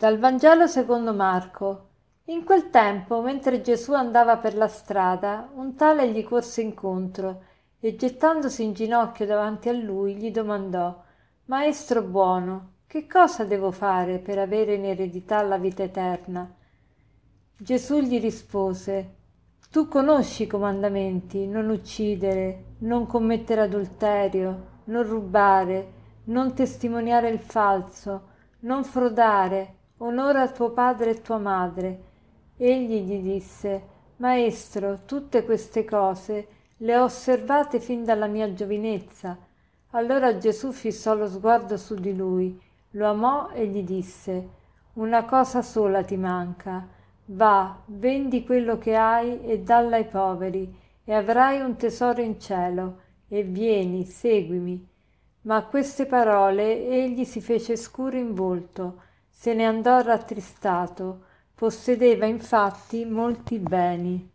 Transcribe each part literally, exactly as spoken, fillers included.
Dal Vangelo secondo Marco. In quel tempo, mentre Gesù andava per la strada, un tale gli corse incontro e gettandosi in ginocchio davanti a lui gli domandò: Maestro buono, che cosa devo fare per avere in eredità la vita eterna? Gesù gli rispose: Tu conosci i comandamenti: non uccidere, non commettere adulterio, non rubare, non testimoniare il falso, non frodare, onora tuo padre e tua madre. Egli gli disse: Maestro, tutte queste cose le ho osservate fin dalla mia giovinezza. Allora Gesù fissò lo sguardo su di lui, lo amò e gli disse: Una cosa sola ti manca. Va, vendi quello che hai e dalla ai poveri, e avrai un tesoro in cielo, e vieni, seguimi. Ma a queste parole egli si fece scuro in volto, se ne andò rattristato, possedeva infatti molti beni.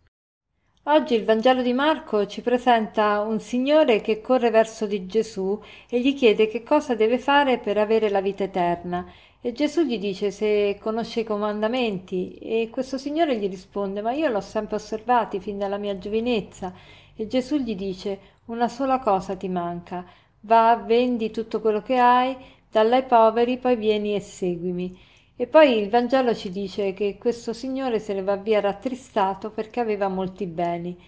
Oggi il Vangelo di Marco ci presenta un signore che corre verso di Gesù e gli chiede che cosa deve fare per avere la vita eterna. E Gesù gli dice se conosce i comandamenti e questo signore gli risponde: ma io l'ho sempre osservati fin dalla mia giovinezza. E Gesù gli dice: una sola cosa ti manca. Va, vendi tutto quello che hai, dalla ai poveri, poi vieni e seguimi. E poi il Vangelo ci dice che questo signore se ne va via rattristato perché aveva molti beni.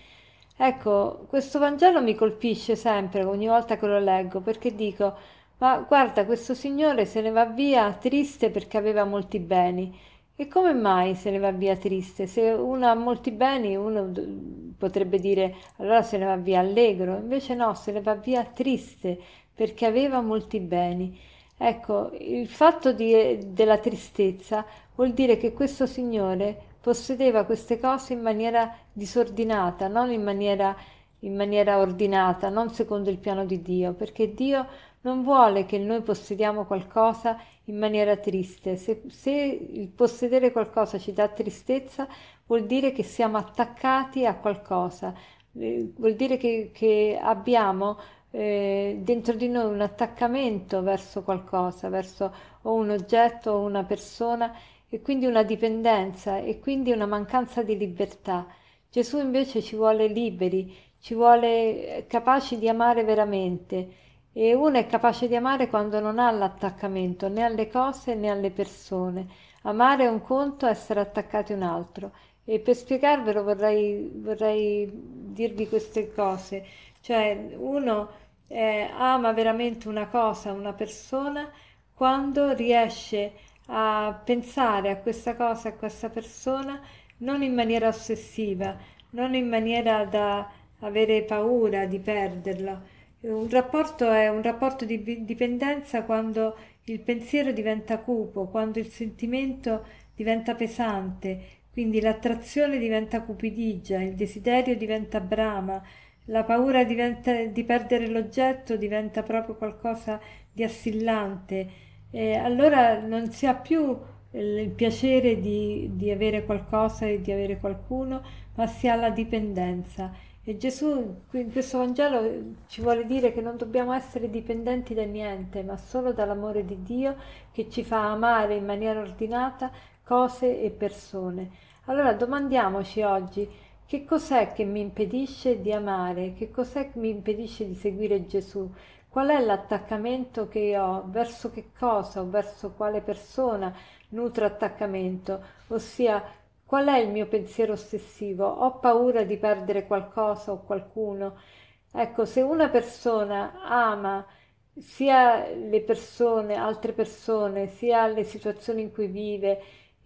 Ecco, questo Vangelo mi colpisce sempre ogni volta che lo leggo, perché dico: ma guarda, questo signore se ne va via triste perché aveva molti beni. E come mai se ne va via triste? Se uno ha molti beni, uno potrebbe dire allora se ne va via allegro, invece no, se ne va via triste perché aveva molti beni. Ecco, il fatto di, della tristezza vuol dire che questo signore possedeva queste cose in maniera disordinata, non in maniera, in maniera ordinata, non secondo il piano di Dio, perché Dio non vuole che noi possediamo qualcosa in maniera triste. Se, se il possedere qualcosa ci dà tristezza, vuol dire che siamo attaccati a qualcosa, eh, vuol dire che, che abbiamo eh, dentro di noi un attaccamento verso qualcosa, verso o un oggetto o una persona, e quindi una dipendenza e quindi una mancanza di libertà. Gesù invece ci vuole liberi, ci vuole capaci di amare veramente, e uno è capace di amare quando non ha l'attaccamento né alle cose né alle persone. Amare è un conto, essere attaccati è un altro. E per spiegarvelo vorrei, vorrei dirvi queste cose. Cioè, uno eh, ama veramente una cosa, una persona, quando riesce a pensare a questa cosa, a questa persona, non in maniera ossessiva, non in maniera da avere paura di perderla. Un rapporto è un rapporto di dipendenza quando il pensiero diventa cupo, quando il sentimento diventa pesante, quindi l'attrazione diventa cupidigia, il desiderio diventa brama, la paura diventa, di perdere l'oggetto diventa proprio qualcosa di assillante. E allora non si ha più il piacere di, di avere qualcosa e di avere qualcuno, ma si ha la dipendenza. E Gesù in questo Vangelo ci vuole dire che non dobbiamo essere dipendenti da niente, ma solo dall'amore di Dio che ci fa amare in maniera ordinata cose e persone. Allora domandiamoci oggi: che cos'è che mi impedisce di amare? Che cos'è che mi impedisce di seguire Gesù? Qual è l'attaccamento che ho? Verso che cosa o verso quale persona nutro attaccamento? Ossia, qual è il mio pensiero ossessivo? Ho paura di perdere qualcosa o qualcuno? Ecco, se una persona ama sia le persone, altre persone, sia le situazioni in cui vive,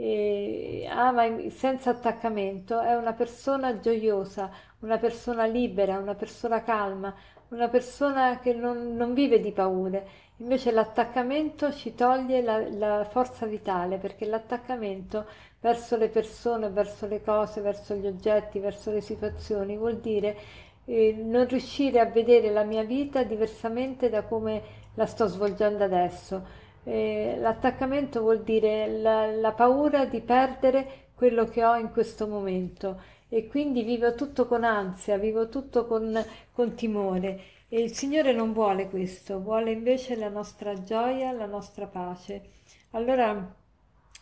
e ama senza attaccamento, è una persona gioiosa, una persona libera, una persona calma, una persona che non, non vive di paure. Invece l'attaccamento ci toglie la, la forza vitale, perché l'attaccamento verso le persone, verso le cose, verso gli oggetti, verso le situazioni vuol dire eh, non riuscire a vedere la mia vita diversamente da come la sto svolgendo adesso. Eh, l'attaccamento vuol dire la, la paura di perdere quello che ho in questo momento, e quindi vivo tutto con ansia, vivo tutto con, con timore, e il Signore non vuole questo, vuole invece la nostra gioia, la nostra pace. Allora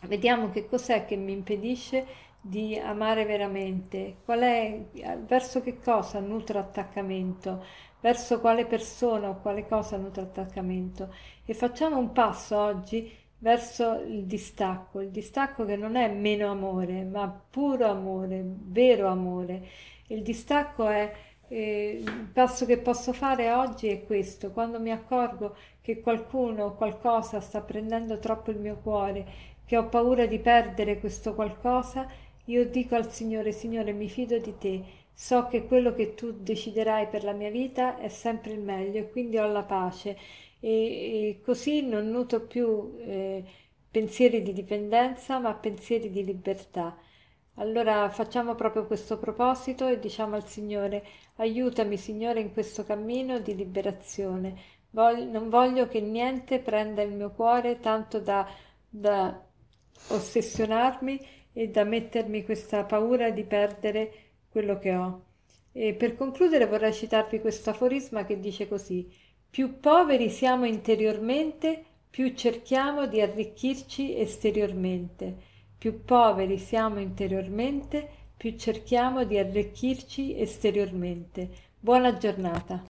Vediamo che cos'è che mi impedisce di amare veramente, qual è, verso che cosa nutro attaccamento, verso quale persona o quale cosa nutro attaccamento. E facciamo un passo oggi verso il distacco, il distacco che non è meno amore, ma puro amore, vero amore. Il distacco è eh, il passo che posso fare oggi è questo, quando mi accorgo che qualcuno o qualcosa sta prendendo troppo il mio cuore, che ho paura di perdere questo qualcosa, io dico al Signore: Signore, mi fido di te, so che quello che tu deciderai per la mia vita è sempre il meglio e quindi ho la pace e, e così non nutro più eh, pensieri di dipendenza ma pensieri di libertà. Allora facciamo proprio questo proposito e diciamo al Signore: aiutami Signore in questo cammino di liberazione. Voglio, non voglio che niente prenda il mio cuore tanto da, da ossessionarmi e da mettermi questa paura di perdere quello che ho. E per concludere vorrei citarvi questo aforisma che dice così: più poveri siamo interiormente, più cerchiamo di arricchirci esteriormente. Più poveri siamo interiormente, più cerchiamo di arricchirci esteriormente. Buona giornata.